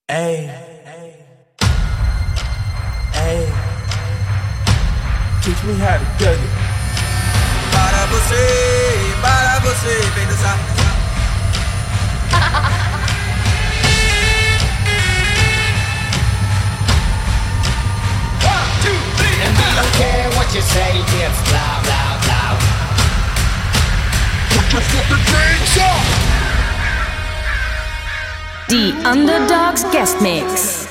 Hey, hey, teach me how to do it. Para você, vem dançar. And we don't care what you say, it's loud, loud, loud. Put your fucking hands up! Die Underdogs Guest Mix.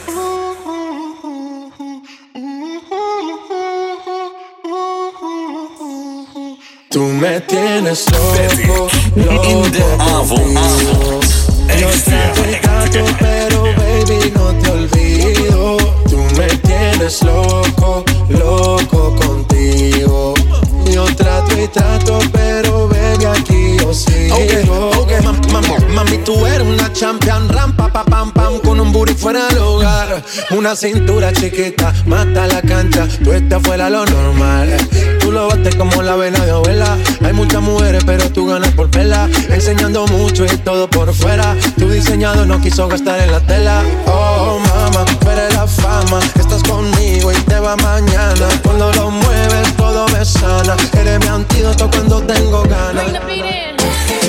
Tú me tienes loco, loco in de avond. Yo te trato, pero baby no te olvido. Tú me tienes loco, loco contigo. Yo trato y trato, pero baby aquí yo sigo. Okay. Mami, tú eres una champion, rampa, pa, pam, pam, con un booty fuera del hogar. Una cintura chiquita, mata la cancha. Tú estás fuera lo normal. Tú lo bates como la vena de abuela. Hay muchas mujeres, pero tú ganas por vela. Enseñando mucho y todo por fuera. Tu diseñador no quiso gastar en la tela. Oh, mama, tú eres la fama. Estás conmigo y te va mañana. Cuando lo mueves, todo me sana. Eres mi antídoto cuando tengo ganas. Bring the beat in.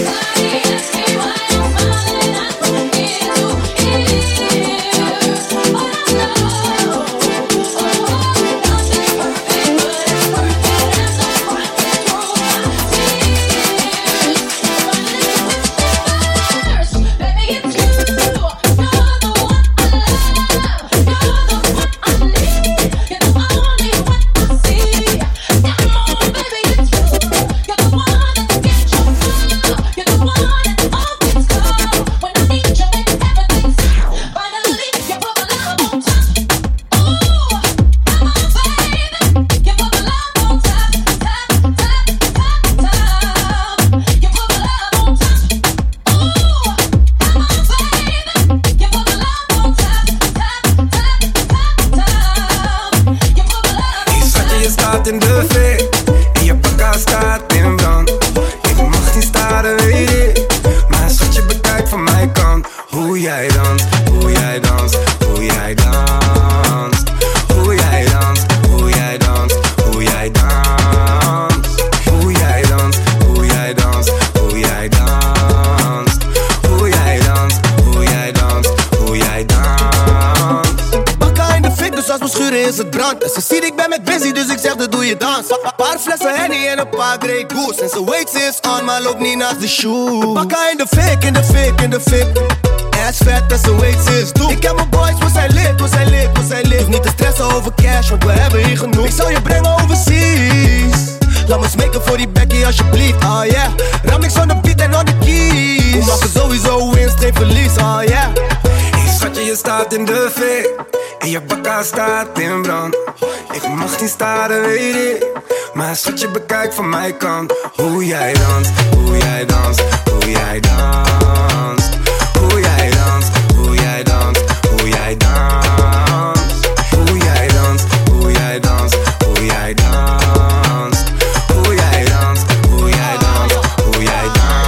In de fik en je pakka staat in brand. Ik mag niet staren, weet ik. Maar schatje, bekijk van mijn kant. Hoe jij danst, hoe jij danst, hoe jij danst. Hoe jij danst, hoe jij danst, hoe jij danst. Hoe jij danst, hoe jij danst, hoe jij danst. Hoe jij danst, hoe jij danst, hoe jij danst. Bakka in de fik, dus als mijn schuren is het brand. En ze ziet ik ben met busy, dus ik zeg dat doe je dans. Paar flessen Henny en een paar Grey Goose. En ze weet ze is on, maar loopt niet naast de shoe. Bakka in de fik, in de fik, in de fik. Ass vet en ze weet ze is doe. Ik heb mijn boys, we zijn lit, we zijn lit, we zijn lit. Hoef niet te stressen over cash, want we hebben hier genoeg. Ik zal je brengen overseas. Laat me smeken voor die Becky alsjeblieft, oh yeah. Ram ik zonder beat en on the keys. We maken sowieso winst, geen verlies, oh yeah. Hey schatje, je staat in de fik en je bakka staat in brand. Ik mag niet staren, weet ik. Maar schatje, bekijk van mijn kant. Hoe jij danst, hoe jij danst, hoe jij danst. Hoe jij danst, hoe jij danst, hoe jij danst. Hoe jij danst, hoe jij danst, hoe jij danst. Hoe jij danst, hoe jij danst, hoe jij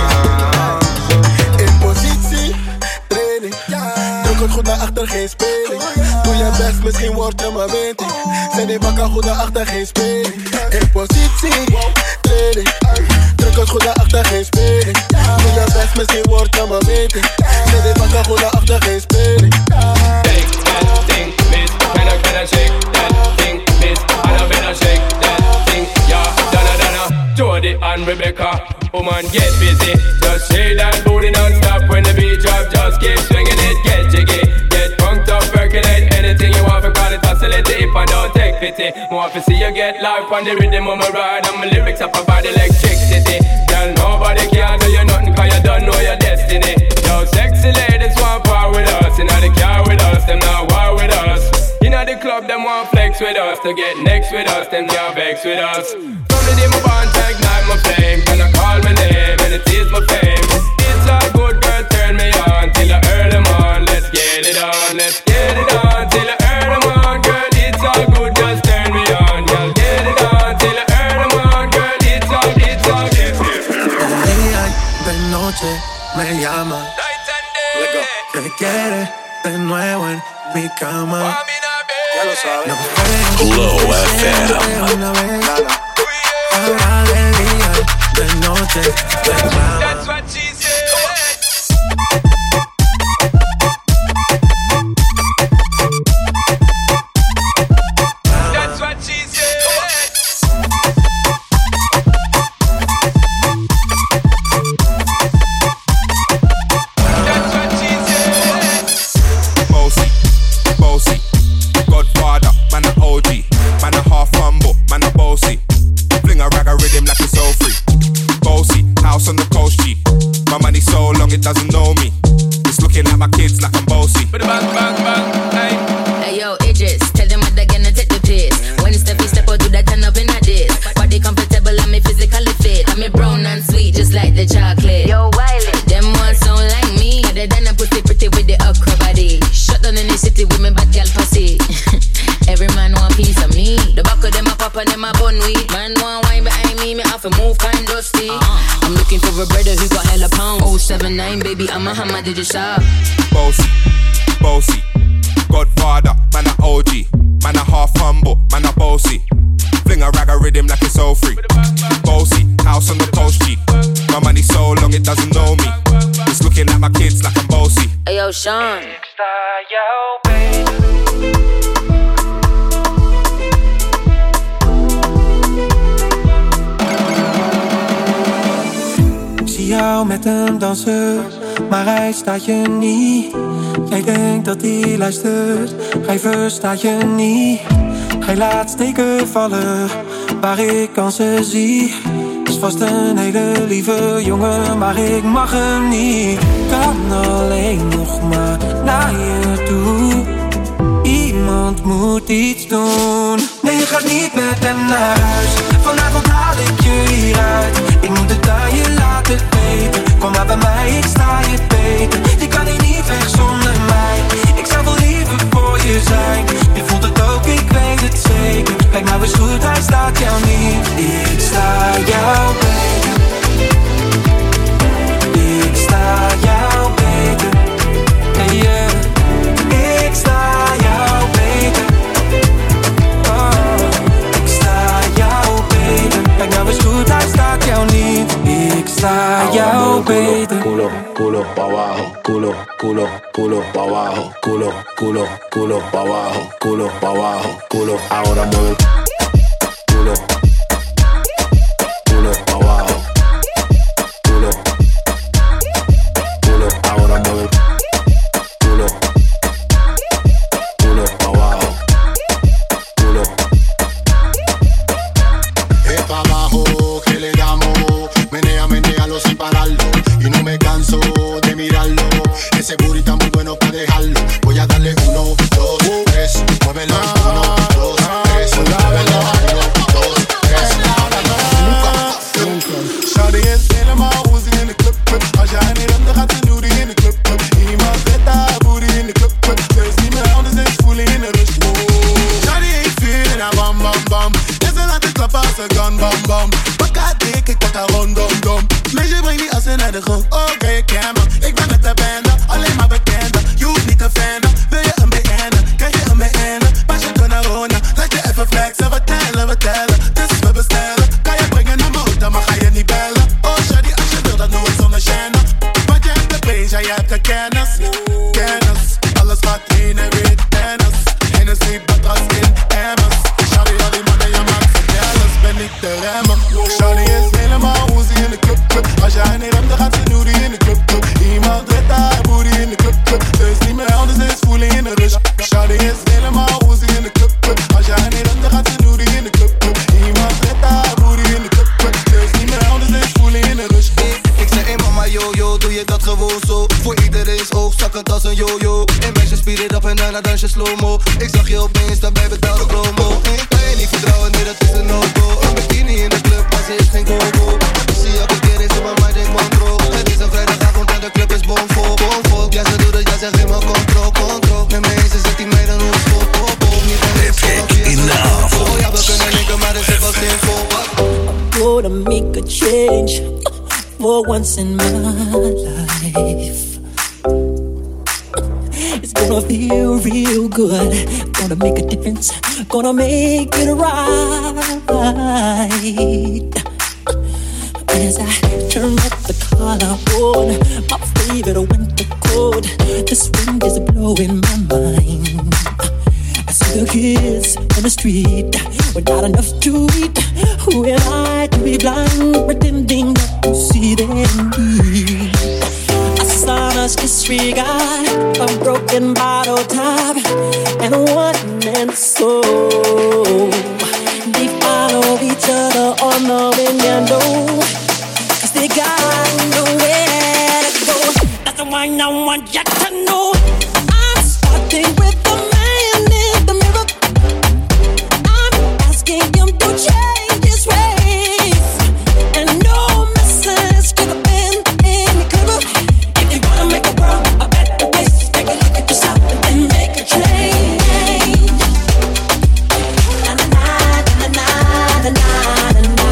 danst. In positie, training. Druk het goed naar achter, geen speling. Doe je best, misschien word je maar winter. Zet die bakka goed naar achter, geen speling. In positie, training. Druk het goed naar achter, geen speling. Doe je best, misschien word je maar winter. Zet die bakka goed naar achter, geen speling. Shake that thing, miss. Can I shake that thing, miss? And I better shake that thing, yeah. Donna, Jody and Rebecca. Woman, get busy. Just shake that booty non-stop when the beat drop. Just keep swinging it, get jiggy. Get punked up, percolate anything you want. For call it oscillate if I don't take pity. More to see you get life on the rhythm of my ride. And my lyrics up about electricity. Girl, nobody can do you nothing cause you don't know your destiny. Yo, sexy ladies want power with us. You know the car with us, them not war with us. You know the club, them want flex with us. To get next with us, them can't vex with us. From the day my bond to ignite my flame. Can I call my name and it is my fame. It's all good, girl, turn me on till I earn them on. Let's get it on, let's get it on till I earn them on. Girl, it's all good, just turn me on. Girl, get it on till I earn them on. Girl, it's all good. De día y de noche me llama. Me quiere de nuevo en mi cama. Ya lo sabes. No puedes Glow siempre FM. una vez. Ahora de día, de noche, reclama. That's what she said. That's what she said. That's what she said. Bossy, bossy, Godfather, man a OG, man a half humble, man a bossy. Fling a rag a rhythm like it's all free. Bossy, house on the coast G. My money so long it doesn't know me. It's looking at my kids like I'm bossy. Bang, bang, bang, hey. Hey yo, Idris, tell them what they're gonna take the piss. When Steffi step out, do that turn up in a diss. Body comfortable, I'm physically fit. I'm brown and sweet, just like the chocolate. Yo, Wiley, them ones sound like me. Other than a pussy pretty with the okra body. Shut down in the city with me bad girl pussy. Every man want piece of me. The back of them a pop and them a bun weed. Man want wine behind me, me have to move kind dusty. I'm looking for a brother who got hella pound. 079, baby, I'm a hammer, did you shop? Bossy, bossy, Godfather, man a OG, man a half humble, man a bossy. Fling a rag a rhythm like it's all free. Bossy, house on the coast G. My money so long it doesn't know me. It's looking at my kids like I'm bossy. Hey yo, Sean. Ik zie jou met hem dansen, maar hij staat je niet. Jij denkt dat hij luistert, hij verstaat je niet. Hij laat steken vallen, waar ik kansen zie. Is vast een hele lieve jongen, maar ik mag hem niet. Kan alleen nog maar naar je toe. Iemand moet iets doen. Nee, je gaat niet met hem naar huis. Vanavond haal ik je hieruit. Ik moet het aan je laten weten. Kom maar bij mij, ik sta je beter. Je kan hier niet weg zonder mij. Ik zou wel liever voor je zijn. Je voelt het ook, ik weet het zeker. Kijk nou eens goed, hij staat jou niet. Ik sta jou beter. Ik sta jou beter. Hey, yeah. Ik sta jou beter. Oh, ik sta jou beter. Kijk nou eens goed, hij staat jou niet. Ik sta jou beter. Culo, culo pa' abajo, culo, culo, culo pa' abajo, culo, culo, culo pa' abajo, culo pa' abajo, culo. Ahora mueve culo, culo pa' abajo, culo, culo. Ahora mueve culo, culo pa' abajo, culo. Es pa' abajo que le damos, menea, menealo sin pararlo. Y no me canso de mirarlo, ese booty está muy bueno para dejarlo. Voy a darle 1, 2, 3, muévelo 1, 2, 3, muévelo 1, 2, 3. Shawty is helemaal woezie in de club, club. Als jij niet rent, dan gaat ze doody in de club, club. Iemand zet haar booty in de club, club. Ze is niet meer anders, ze is voelen in de rush. Shawty ain't feeling haar bam, bam, bam. En ze laat het klappen als een gun, bam, bam. Pak haar dik, ik pak haar rond, dom, dom. Meisje, breng die assen naar de grond. Oké, ik ken me, ik ben met de bende. Alleen maar bekende, je hoeft niet te venden. Wil je een BN, krijg je een BN. Pas je door naar Rona, laat je even flexen. We tellen, dus we bestellen. Kan je brengen naar mijn hoed, maar ga je niet bellen. Oh shawty, als je wil, dan doe het zonder gêne. Want je hebt de page, ja, je hebt de kennis. Kennis, alles wat heen en weer tennis. Hennessy, badras in emmers. Shawty, al die mannen, je maakt ze jealous. Ben ik te remmen. Shawty is helemaal woezie in de club, club. Als jij niet remt, dan gaat ze doody in de club, club. Iemand redt haar booty in de club, club. Ze is niet meer anders, ze is voelen in de rush. Shawty is helemaal woezie in de club, club. Als jij niet remt, dan gaat ze doody in de club, club. Iemand redt haar booty in de club, club. Ze is niet meer anders, ze is voelen in de rush. Ik zeg hey mama yo, doe je dat gewoon zo. Voor iedereen is oog, zakkend als een yo-yo. En meisje speed it up en daarna dans je slow-mo. Ik zag je opeens, daarbij betaal de promo. Ik kan je niet vertrouwen, nee dat is een no-go. Een bikini in de club, maar ze is geen go-go. Ik zie elke keer is op mijn mind, ik control. Het is een vrijdagavond en de club is bomvol. Ja ze doet het, ja zeg helemaal control. Met mij is zet die mij dan op school. Enough. Oh ja, we kunnen linken, maar er zit wel zinvol. Gonna make a change for once in my life. It's gonna feel real good. Gonna make a difference. Gonna make it right. As I turn up the collar on my favorite winter coat, this wind is blowing my mind. I see the kids on the street with not enough to eat. Who am I to be blind, pretending not to see their need? A sonorous disregard, a broken bottle top, and a one-man soul. They follow each other on the window, 'cause they got nowhere to go. That's the one I want you to know. I'm starting with the man in the mirror. I'm asking him to change his ways, and no message could have been any clearer. If you wanna make a world a better place, take a look at yourself and then make a change. Na na na na na na na na na.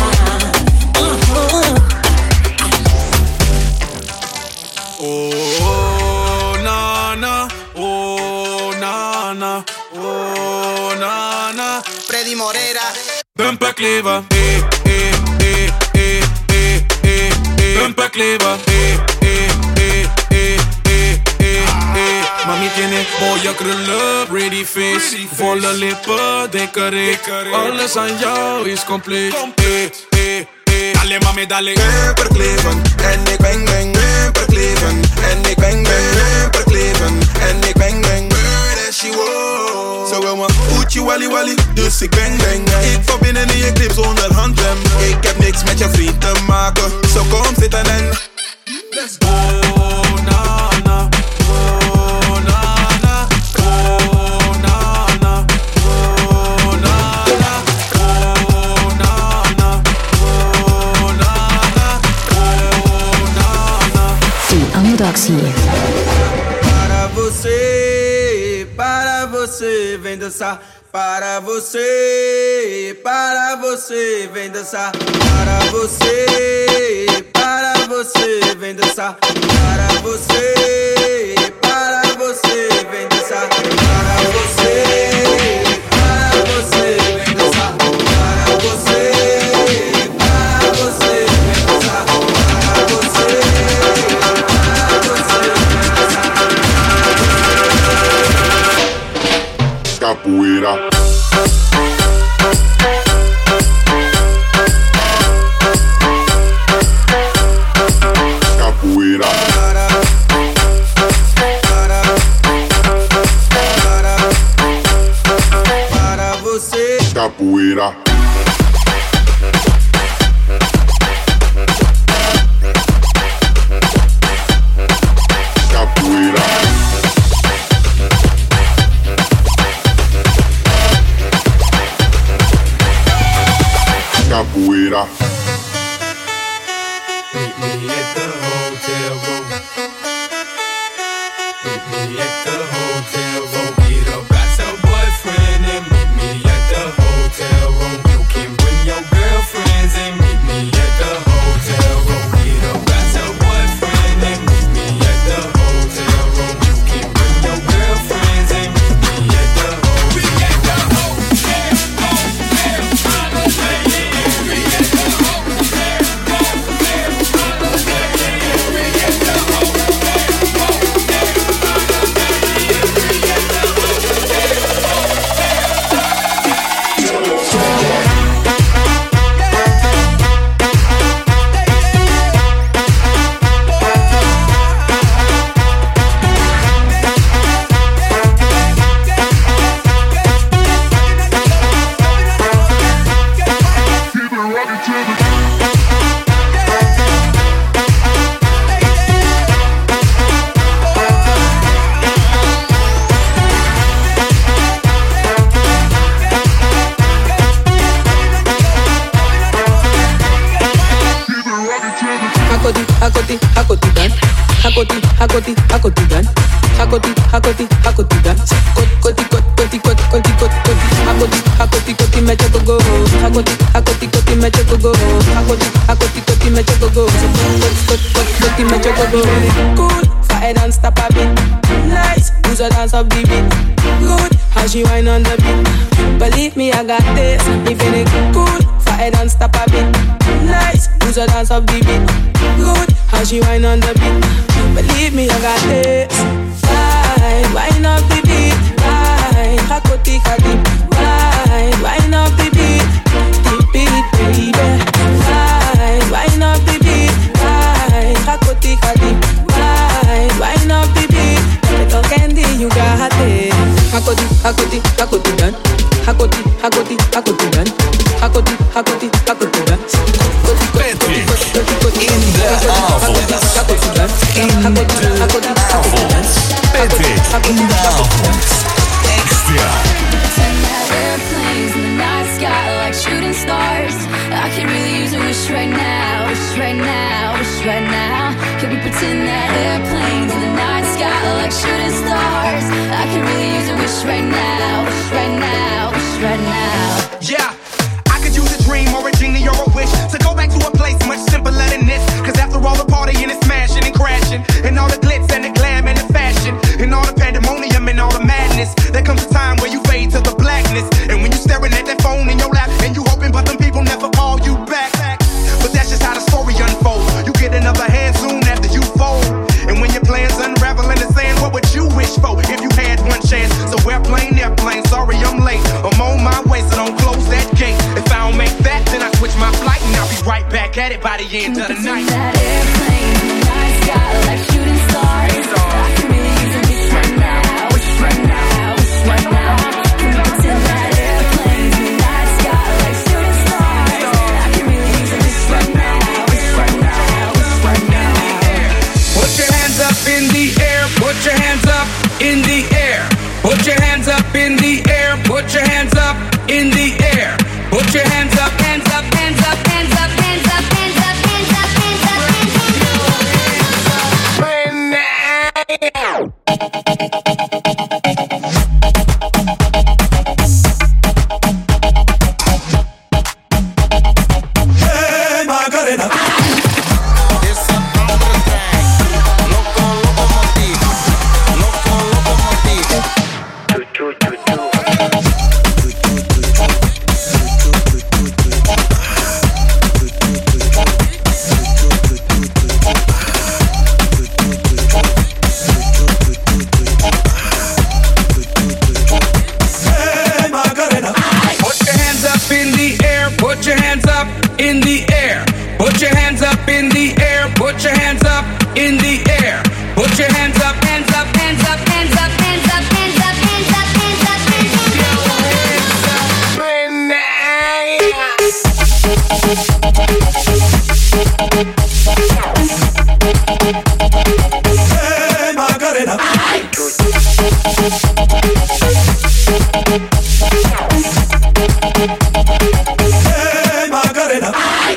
Oh nana, oh nana, oh nana. Freddy Morera. Bumperklever, Bumperklever, Mami tiene mooie krullen, pretty face, volle lippen, dikke reet. Alles aan jou is compleet. Dale mami, dale. Bumperkleven, en ik bang bang. Bumperkleven, en ik bang bang. Bumperkleven, en ik bang bang. Bird as she was. Zo wil me oetje wally wally, dus ik bang bang. Ik val binnen in je clip zonder handrem. Ik heb niks met je vriend te maken, zo kom zitten en let's go. Oh nana, oh nana, oh nana, oh nana, oh nana, oh nana, oh nana. The Underdogs hier. Para você, vem dançar. Para você, vem dançar. Para você, vem dançar. Para você, vem dançar. Para você, vem dançar. Para você, vem dançar. Para você, Capoeira. Capoeira. Para você. Capoeira. Capoeira. Capoeira. Meet me at the hotel room. Meet me at the hotel room. Get up, got your boyfriend and meet me at the hotel room. You can bring your girlfriends and meet me at the hotel room. Get up, got your boyfriend and meet me at the hotel room. You can bring your girlfriends and meet me at the hotel room. Cool, fire and stop a bit. Nice, who's a dance up the beat. Good, how she wine on the beat. Believe me, I got this. If it ain't cool, fire don't stop a bit. Nice, who's a dance up the beat. Good, how she wine on the beat. Believe me, I got this. Fine, wine up the beat. Fine, hakoti kati. Fine, wine up the beat. Deep beat, baby. Fine, wine up the beat. Fine, hakoti kati. Fine, wine up the beat. Little candy, you got it. Hakoti, hakoti, hakoti done. Hakoti, hakoti, hakoti done. Hakoti, hakoti, hakoti done. Patrick in de avond. Patrick in de avond. Extra. Airplanes in the night sky like shooting stars. I could really use a wish right now, wish right now, wish right now. Can we pretend that airplanes in the night sky like shooting stars? I could really use a wish right now, wish right now, wish right now. Yeah, I could use a dream or a genie or a wish to go back to a place much simpler than this. Cause after all the partying and smashing and crashing, and all the glitz and the glam and the fashion, and all the pandemonium and all the madness, there comes a time where you fade to the blackness. And when you staring at that phone in your lap, and you hoping but them people never call you back. But that's just how the story unfolds. You get another hand soon after you fold. And when your plans unravel in the sand, what would you wish for if you had one chance? So airplane, sorry I'm late. I'm on my way, so don't close that gate. If I don't make that, then I switch my flight, and I'll be right back at it by the end of the night. That airplane in the night sky like shooting stars. I can really use a wish right now, wish right now, wish right now. Can we pretend that airplanes in the night sky like shooting stars? I can really use a wish right now, wish right now, wish right now. Put your hands up in the air, put your hands up in the air. Put your hands up in the air, put your hands up in the air. Put your hands up, hands up, hands up, hands up, hands up, hands up, hands up, hands up, Hey, Macarena. in the air. Put your hands up in the air. Put your hands up in the air. Put your hands up, hands up, hands up, hands up, hands up, hands up, hands up, hands up, hands up. Hey, Macarena. Hey, Macarena.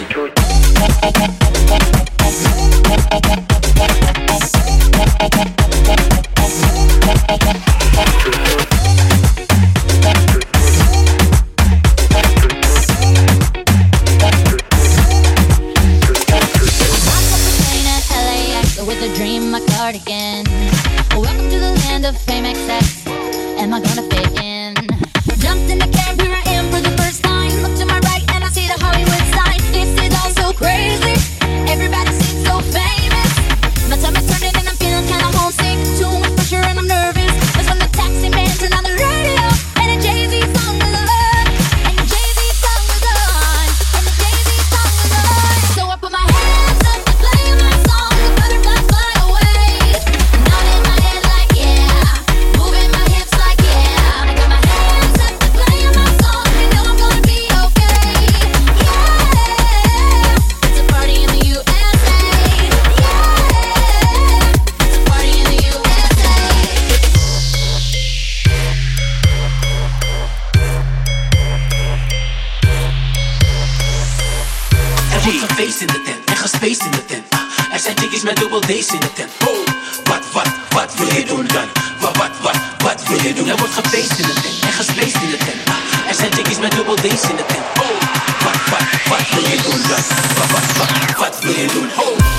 With a dream, my cardigan. Welcome to the land of fame excess. Am I gonna fit in? Jumped in the cab, here I am for the first time. Look to my right and I see the Hollywood sign. This is all so crazy. Everybody seems so famous. My time is turning and I'm feeling kinda homesick. Too much pressure and I'm nervous. That's when the taxi man turned on the radio and a Jay-Z song was on. And the Jay-Z song was on. And the Jay-Z song was on. So I put my hands up to play my song. Fly away, nodding my head like yeah, moving my hips like yeah. I got my hands up to play my song, you know I'm gonna be okay. Yeah, it's a party in the USA. Yeah, it's a party in the USA. Er wordt gefeest in de tent en gespaced in de tent. Er zijn chickies met dubbel D's in de tent. Oh, wat wil je doen dan? Wat wil je doen? Er wordt gefeest in de tent en gespaced in de tent. Er zijn chickies met dubbel D's in de tent. Oh, wat wil je doen dan? Wat wil je doen? Oh.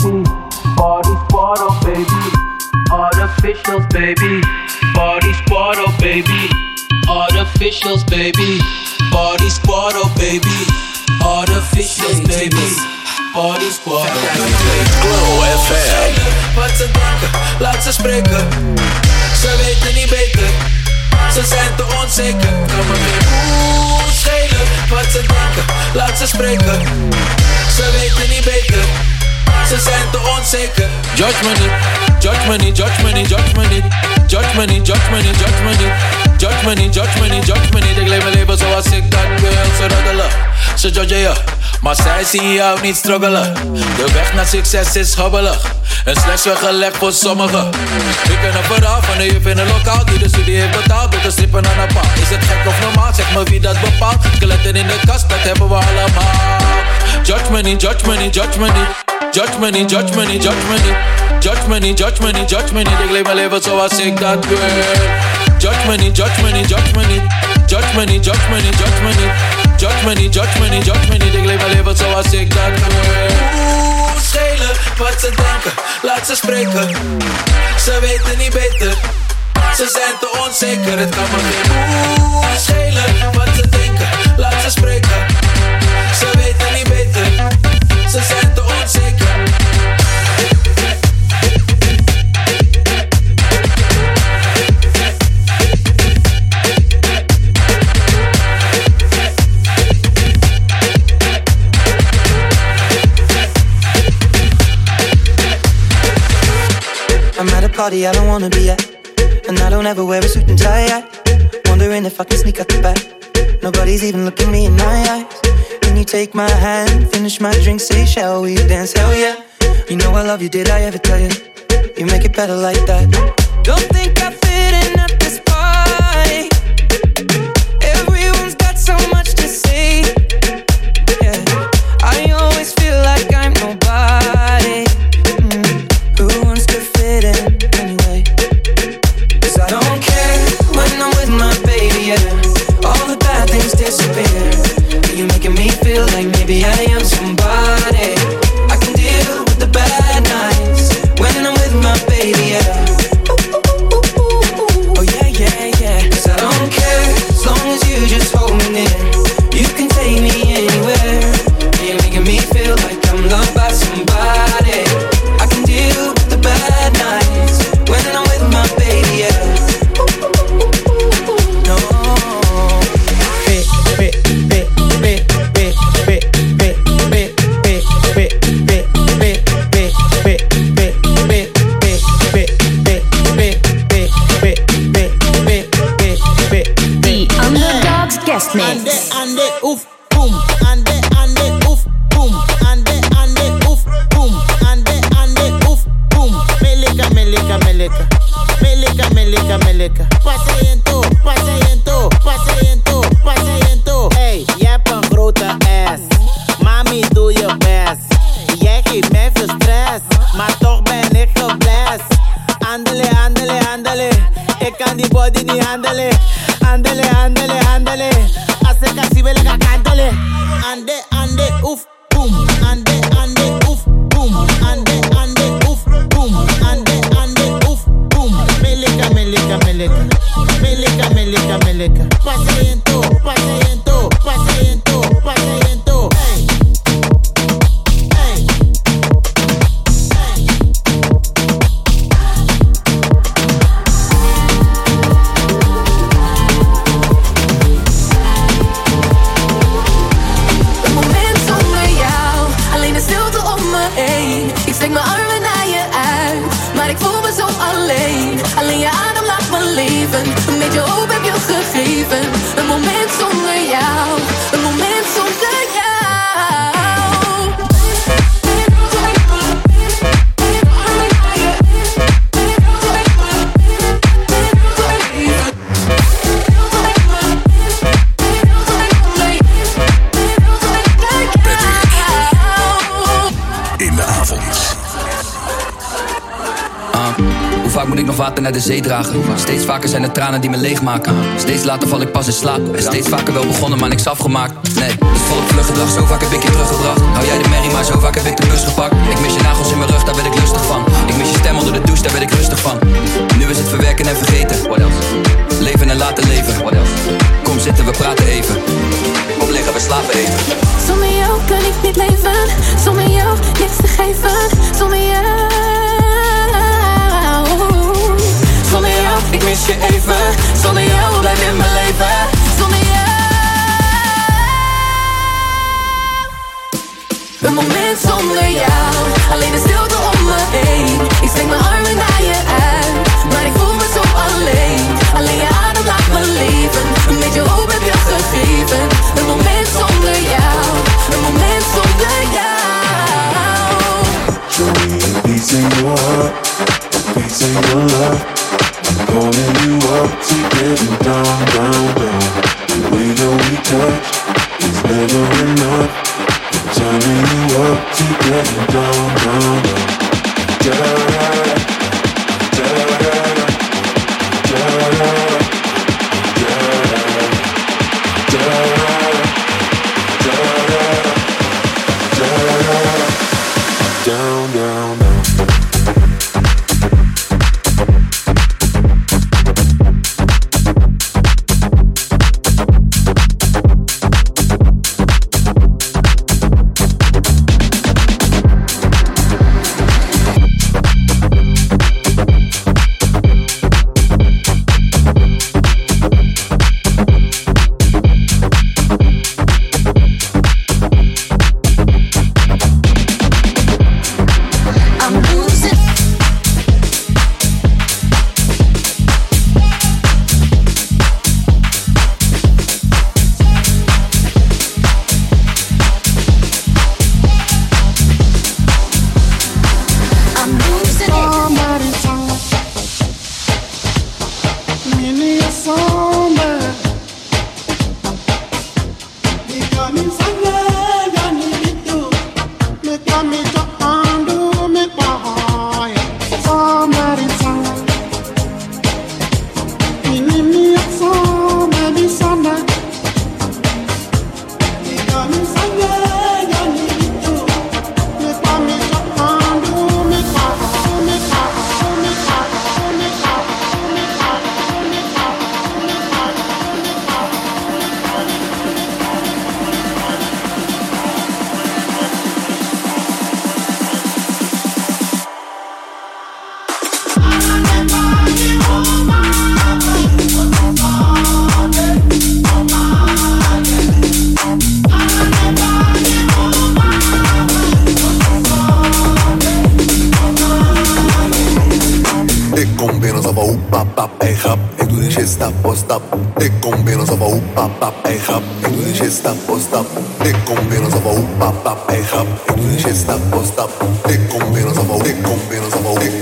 baby. Party squad, oh baby. Artificials, baby. Party squad, oh baby. Artificials, baby. Party squad, oh baby. Artificials, baby. Party squad, oh baby. Glow FM. Wat ze denken, laat ze spreken. Ze weten niet beter. Ze zijn te onzeker. Kan me geen moe schelen. Wat ze denken, laat ze spreken. Ze weten niet beter. Ze zijn te onzeker. Judge me niet, judge me niet, judge me niet, judge me niet. Judge me niet, judge me niet, judge me niet. Judge me niet, judge me niet, judge me niet. Ik leef mijn leven zoals ik dat wil. Ze roddelen, ze judgen je. Maar zij zien jou niet struggelen. De weg naar succes is hobbelig. Een slash weggelegd voor sommigen. Ik ken een verhaal van een juf in een lokaal die de studie heeft betaald door te strippen aan een paal. Is het gek of normaal? Zeg me wie dat bepaalt. Skeletten in de kast, dat hebben we allemaal. Judge me niet, judge me niet, judge me niet. Judge me niet, judge me niet, judge me niet. Judge me niet, judge me niet, judge me niet. Ik leef mijn leven zoals ik dat wil. Judge me niet, judge me niet, judge me niet. Judge me niet, judge me niet, judge me niet. Judge me niet, judge me niet, judge me niet. Ik leef mijn leven zoals ik dat wil. Schelen wat ze denken, laat ze spreken. Ze weten niet beter. Ze zijn te onzeker. Het kan me geen moe schelen wat ze denken, laat ze spreken. Ze weten niet beter. Ze zijn te onzeker. I'm at a party I don't wanna be at, and I don't ever wear a suit and tie yet. Wondering if I can sneak out the back. Nobody's even looking me in my eyes. Can you take my hand, finish my drink, say shall we dance? Hell yeah. You know I love you, did I ever tell you? You make it better like that. Don't think I fit in at this party. Everyone's got so much to say. Yeah, I always feel like I'm nobody. Who wants to fit in anyway? 'Cause I don't care when I'm with my baby, yeah. All the bad things disappear. You making me feel like maybe I am somebody. I can deal with the bad nights when I'm with my baby, yeah. Oh yeah, yeah, yeah. 'Cause I don't care as long as you just hold me near. You can take me anywhere. You're making me feel like I'm loved by somebody. I can deal with the bad nights when I'm with my baby, yeah. No. Guest mix. Ande, oef, boom. Ande, oef, boom. Ande, oef, boom. Ande, oef, boom. Meleka, meleka, meleka. Meleka, meleka, meleka. Paseento, paseento, paseento, paseento. Hey, jij hebt een grote ass. Mami, doe je best. Jij geeft mij veel stress, maar toch ben ik geblest. Andele, andele, andele. Ik kan die body niet handelen. Andele, andele, andele. Als ik assie wil ik gaan kantelen. Ande, ande, oef, boom. Ande, oef, boom. Ande, oef, boom. Ande, oef, boom. Meleka, meleka, meleka. Meleka, meleka, meleka. Paseento, paseento, paseento, paseento. Hey. Hey. Een moment zonder vaak moet ik nog water naar de zee dragen? Steeds vaker zijn het tranen die me leegmaken. Steeds later val ik pas in slaap. En steeds vaker wel begonnen, maar niks afgemaakt. Nee, het volk vluggedrag, zo vaak heb ik je teruggebracht. Hou jij de merrie, maar zo vaak heb ik de bus gepakt. Ik mis je nagels in mijn rug, daar werd ik lustig van. Ik mis je stem onder de douche, daar werd ik rustig van. Nu is het verwerken en vergeten. What else? Leven en laten leven. What else? Kom zitten, we praten even. Kom liggen, we slapen even. Zonder jou kan ik niet leven. Zonder jou niks te geven. Zonder jou. Zonder jou, ik mis je even. Zonder jou blijf in mijn leven. Zonder jou. Een moment zonder jou. Alleen de stilte om me heen. Ik strek mijn armen naar je uit. Maar ik voel me zo alleen. Alleen je adem laat me leven. Een beetje hoop heb je gegeven. Een moment zonder jou. Een moment zonder jou. Show me a piece in your heart, a piece in your life. I'm calling you up to getting down, down, down. The way that we touch is never enough. I'm turning you up to getting down, down, down. Da da da da da down, down, down. Ik kom binnen alsof een hoep, pap, pap, ey grap. Ik doe die shit stap voor stap. Ik kom binnen alsof een hoep, pap, pap, ey grap. Ik doe die shit stap voor stap. Ik kom binnen alsof een, ik kom binnen alsof een,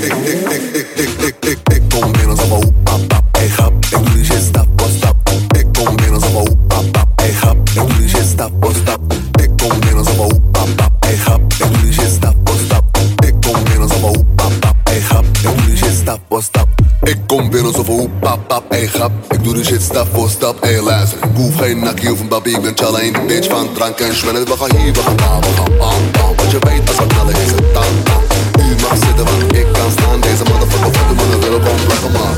ik kom binnen alsof een hoep, pap, pap, ey grap. Ik doe die shit stap voor stap. Ik kom binnen alsof een hoep, pap, pap, ey grap. Ik doe die shit stap voor stap. Ik kom binnen alsof een hoep, pap, pap, ey grap. Ik doe die shit stap voor stap. Ik kom binnen alsof een hoep, pap, pap, ey grap. Ik doe die shit stap voor stap. Ik kom binnen alsof een hoep, pap, pap, ey grap. Ik doe die shit stap voor stap, ey luister. Ik hoef geen nakkie of een babi, ik ben challa in de bitch van drank en schwennen. We gaan hier, we gaan daar, we gaan bam, bam. Want je weet als we knallen is het dan, dan. U mag zitten, want ik kan staan. Deze motherfucker van de mannen willen gewoon lachen, man.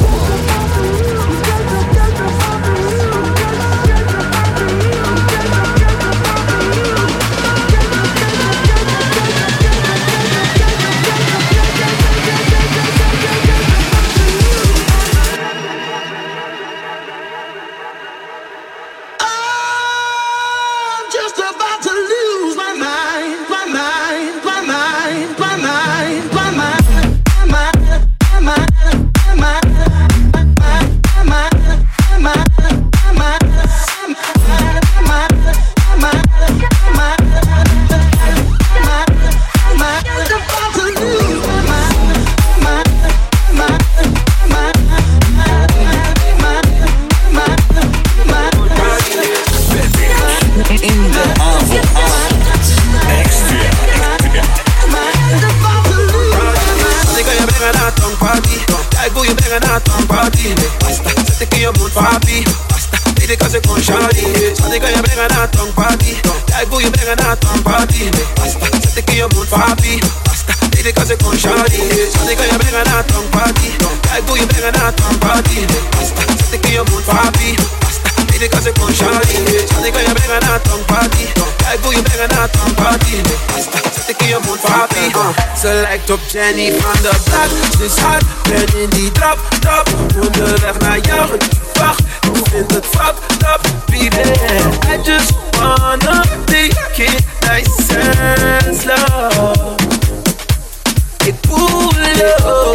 brengen naar een party. Basta, zet ik in je mond, papi. Basta, weet ik als ik kon shawty. Schat, ik kan je brengen naar een party. Ja, ik wil je brengen naar een party. Basta, zet ik in je mond, papi. Basta, weet ik als ik kon shawty. Schat, ik kan je brengen naar een party. Ja, ik wil je brengen naar een party. Basta, zet ik in je mond, papi. Weet ik als ik kon shawty. Schat, ik kan je brengen naar een party. Ja, ik wil je brengen naar een party. Basta, zet ik in je mond, papi. Ze lijkt op Jenny van de Blad. Ze is hard, ben in die trap. Onderweg naar jou, wacht. Ik vind het fucked up, baby. I just wanna take it nice and slow. Ik voel je,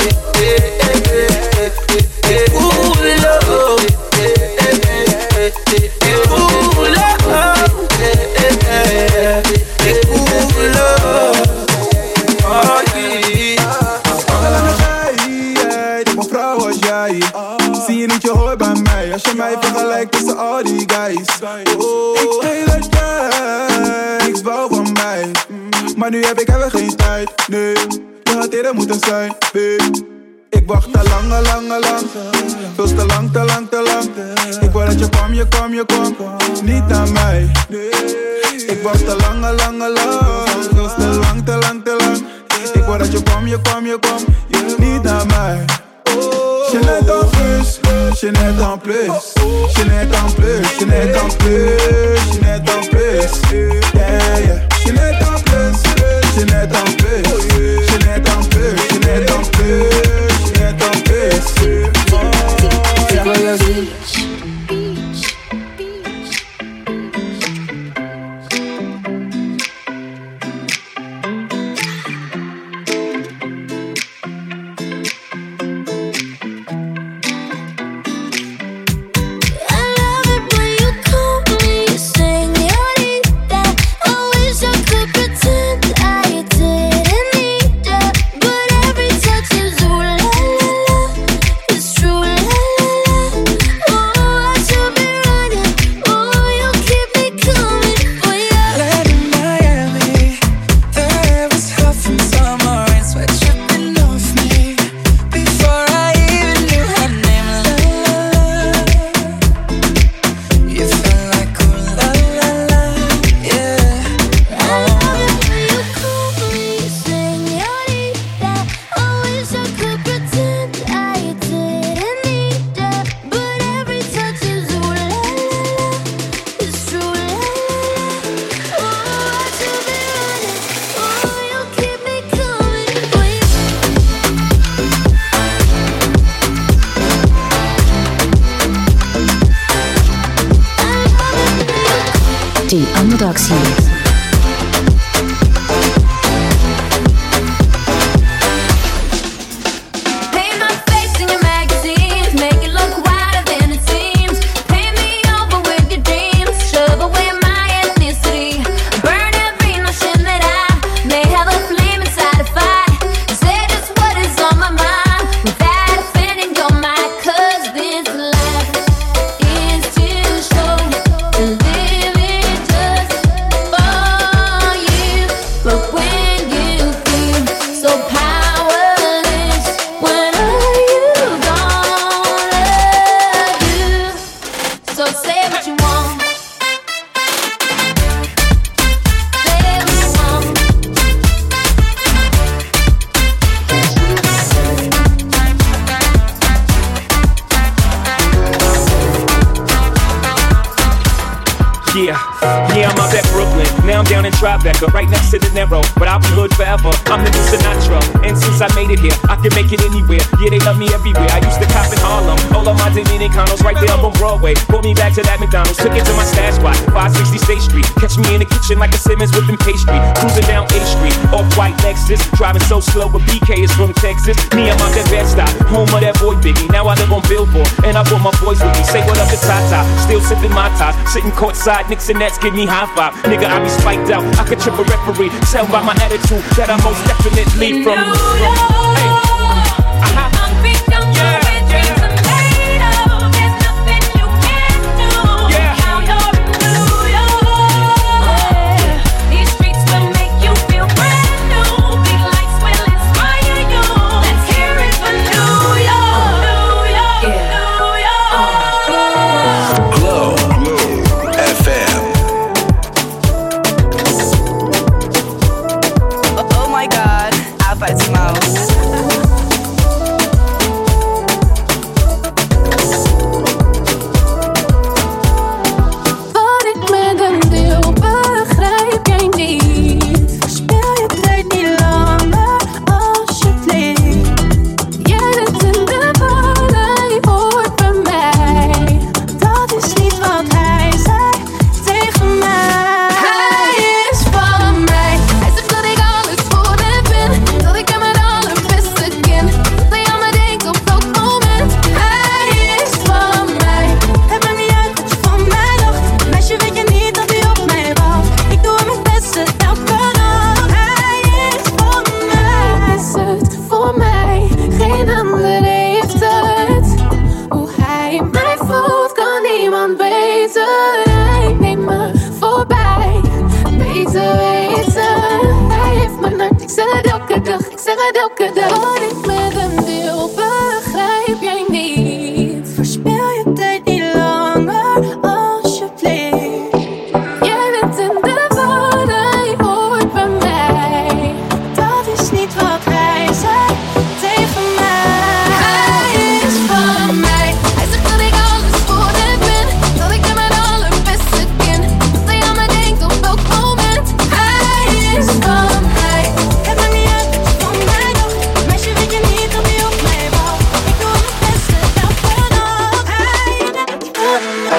ik voel je. Zie je niet, je hoort bij mij. Als je mij vergelijkt tussen al die guys. Oh, ik weet dat jij niks wou van mij. Maar nu heb ik even geen tijd. Nee, je had eerder moeten zijn, babe. Ik wacht al lang. Veel te lang. Ik wou dat je kwam. Niet naar mij. Ik wacht al lang. Veel te lang. Ik wou dat je kwam. Niet naar mij. Jeanette en plus. Yeah, yeah. Jeanette en plus. The Underdog Series. Yeah, I'm out at Brooklyn. Now I'm down in Tribeca, right next to the Narrow. But I'll be hood forever. I'm the new Sinatra. And since I made it here, I can make it anywhere. Yeah, they love me everywhere. I used to cop in Harlem. All of my Dominicanos right there up on Broadway. Brought me back to that McDonald's. Took it to my stash spot, 560 State Street. Catch me in the kitchen like a Simmons whipping pastry. Cruising down A Street, off-white Lexus. Driving so slow, but BK is from Texas. Me, I'm out that Bed-Stuy, home of that boy Biggie. Now I live on Billboard, and I brought my boys with me. Say what up to Tata. Still sipping my ties. Sitting courtside, Knicks and Nets give me high five. Nigga, I be spiked out. I could trip a referee. Tell by my attitude that I'm most definitely from New York. Hey. zeg het elke dag. Wat ik met hem wil, begrijp jij niet. Verspil je tijd niet langer, alsjeblieft. Jij bent in de war, hij hoort bij mij. Dat is niet wat hij zei tegen mij. Hij is van mij. Hij zegt dat ik alles voor hem ben. Dat ik hem het allerbeste ken. Dat hij aan me denkt op elk moment. Hij is van mij. Het maakt niet uit wat je van mij doet. Meisje, weet je niet of je op mij wacht. Ik doe het beste elke dag. Hij is van mij.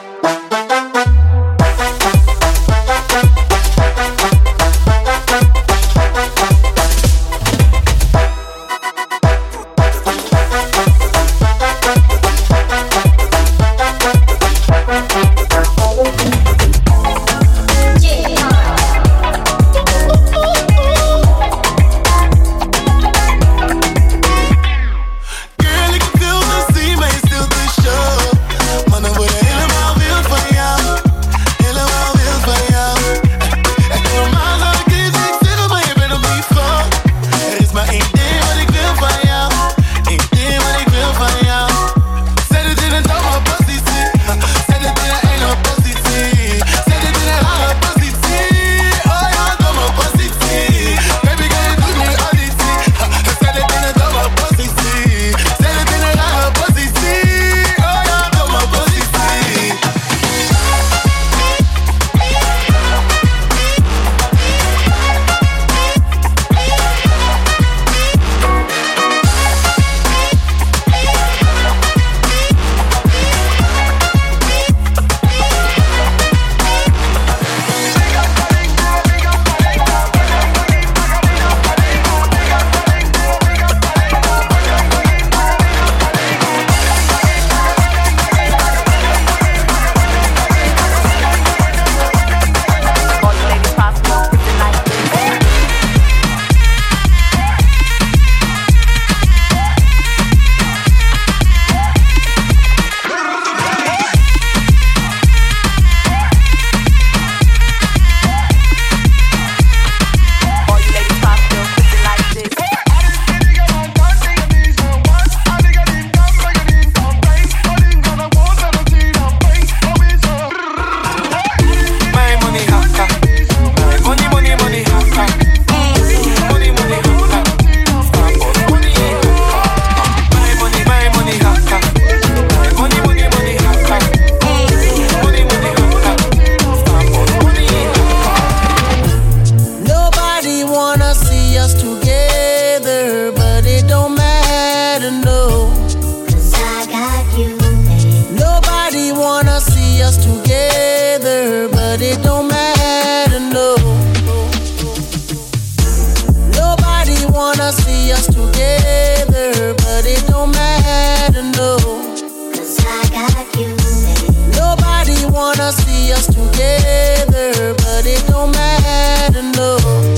Girl, ik wil te zien, maar je stilt te show. Mannen worden helemaal wild van jou. Helemaal wild van jou. Echt normaal zou ik dit niet zeggen, maar je bent op niveau. Er is maar één ding wat ik wil van jou. Eén ding wat ik wil van jou. Zet het in een domme positie. Zet het in een enge positie. Zet het in een lange positie. Oh ja, domme positie. Baby, kan je doen nu auditie. Zet het in een domme positie. Zet het in een lange positie. Oh ja, domme positie. My money haka, money money money haka, money money haka, Starbucks money haka, my money haka, money money money haka, money money haka, Starbucks money haka. Nobody wanna see us together, but it don't matter, no. 'Cause I got you. Nobody wanna see us together, but it don't matter, no. Nobody wanna see us together, but it don't matter, no. 'Cause I got you. Nobody wanna see us together, but it don't matter, no.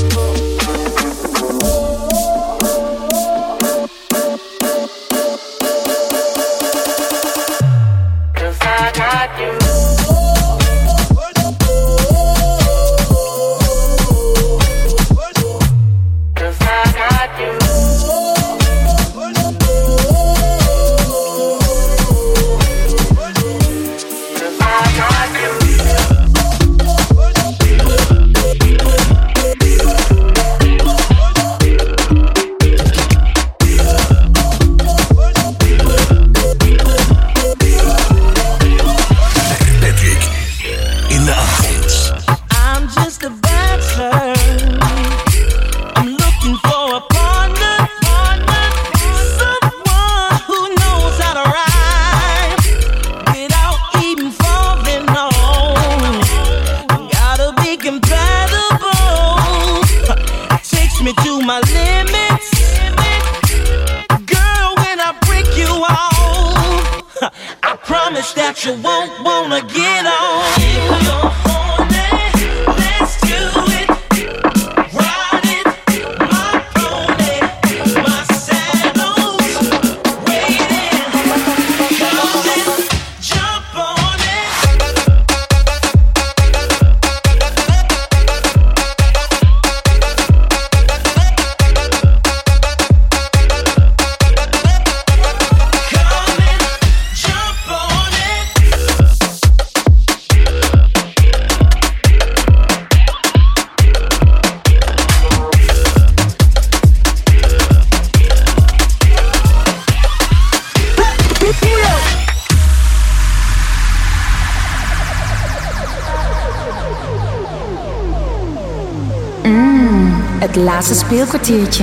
promise that you won't wanna get on. If you're horny, let's do it. Ride it, my pony, my saddle's waiting. Come and jump on it. het laatste speelkwartiertje.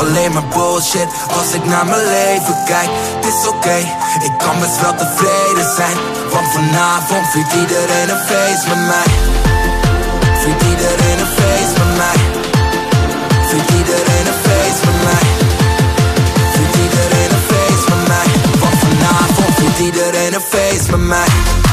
alleen maar bullshit als ik naar mijn leven kijk. Het is oké, ik kan best wel tevreden zijn. Want vanavond viert iedereen een feest met mij. Viert iedereen een feest met mij. Viert iedereen een feest met mij. Viert iedereen een feest met mij. Want vanavond viert iedereen een feest met mij.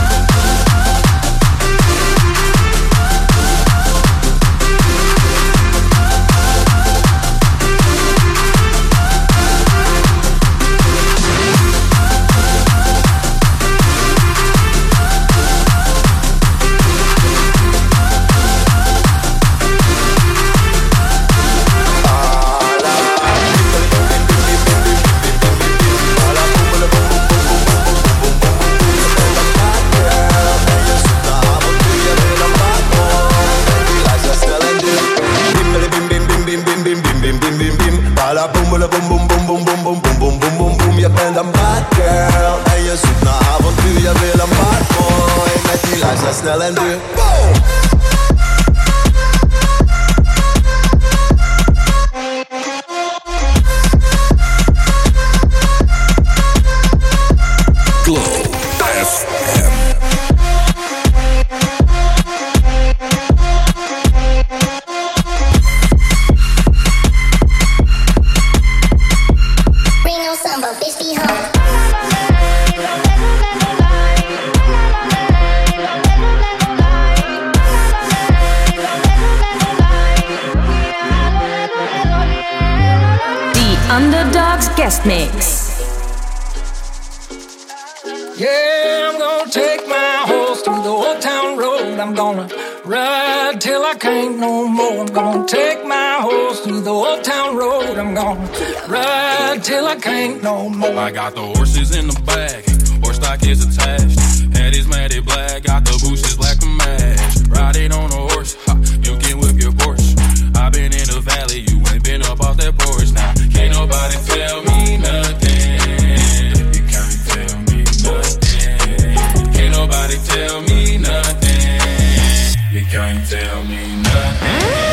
Je bent een bad girl en je zoekt naar avontuur. Je wil een bad boy met die lifestyle snel en duur. Guest mix. Yeah, I'm gonna take my horse through the old town road. I'm gonna ride till I can't no more. I'm gonna take my horse through the old town road. I'm gonna ride till I can't no more. I got the horses in the back, horse stock is attached. Head is matted black, got the bushes black to match. Riding on a horse, ha, you can whip your Porsche. I've been in the valley, you ain't been up off that porch. Now, can't nobody tell me nothing. You can't tell me nothing. Can't nobody tell me nothing. You can't tell me nothing.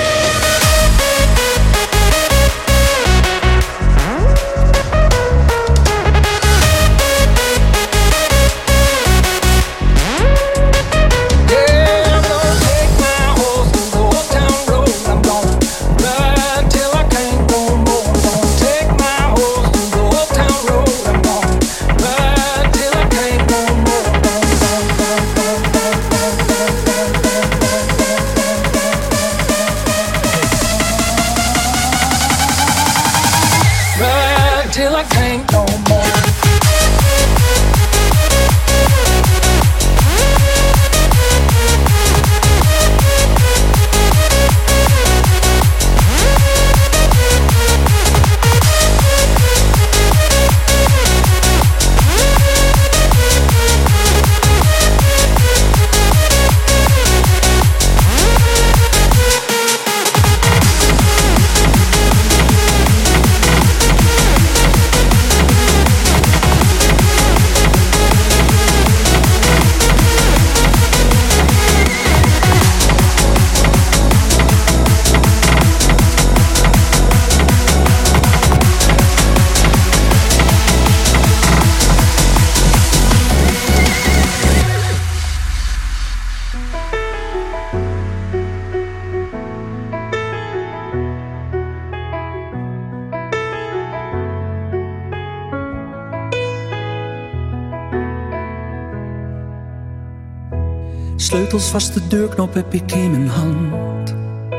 Sleutelsvaste deurknop heb ik in mijn hand.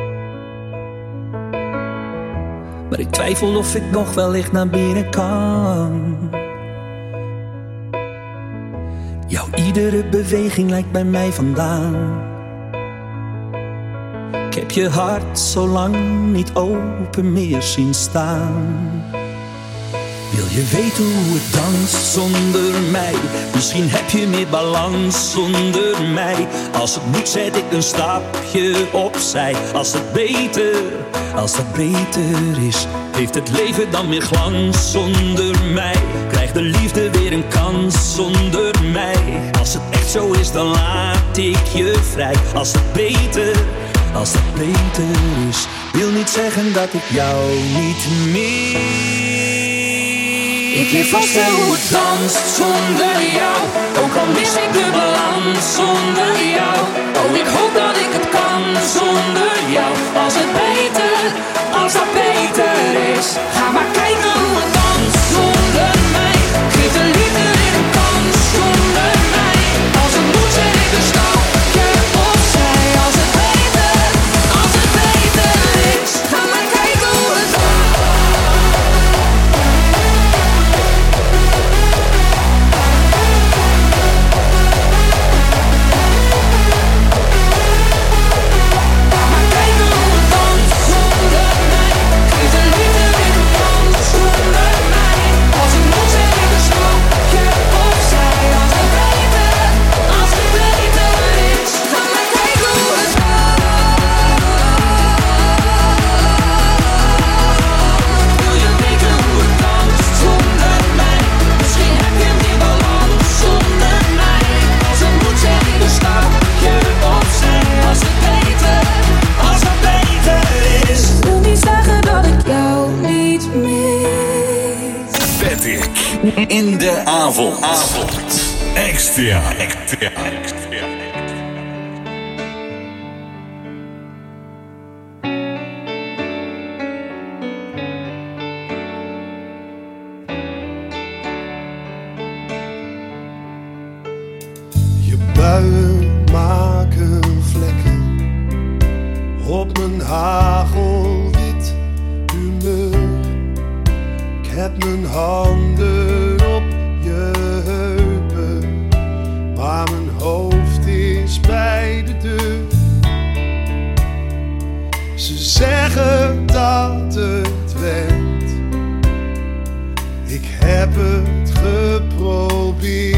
Maar ik twijfel of ik nog wellicht naar binnen kan. Jouw iedere beweging lijkt bij mij vandaan. Ik heb je hart zo lang niet open meer zien staan. Wil je weten hoe het danst zonder mij? Misschien heb je meer balans zonder mij. Als het moet zet ik een stapje opzij. Als het beter is, heeft het leven dan meer glans zonder mij. Krijgt de liefde weer een kans zonder mij. Als het echt zo is, dan laat ik je vrij. Als als dat beter is. Wil niet zeggen dat ik jou niet meer. Ik leef vast wel hoe het danst zonder jou. Ook al mis ik de balans zonder jou. Oh, ik hoop dat ik het kan zonder jou. Als het beter, als dat beter is. Ga maar kijken hoe het danst zonder mij. Geef de liefde weer een kans zonder mij. Als het moet zet ik een stapje opzij. Als het beter is. Ga maar kijken hoe het danst. In de avond. Extra. Je buien maken vlekken op mijn hagelwit humeur. Ik heb mijn handen op je heupen, maar mijn hoofd is bij de deur. Ze zeggen dat het went, ik heb het geprobeerd.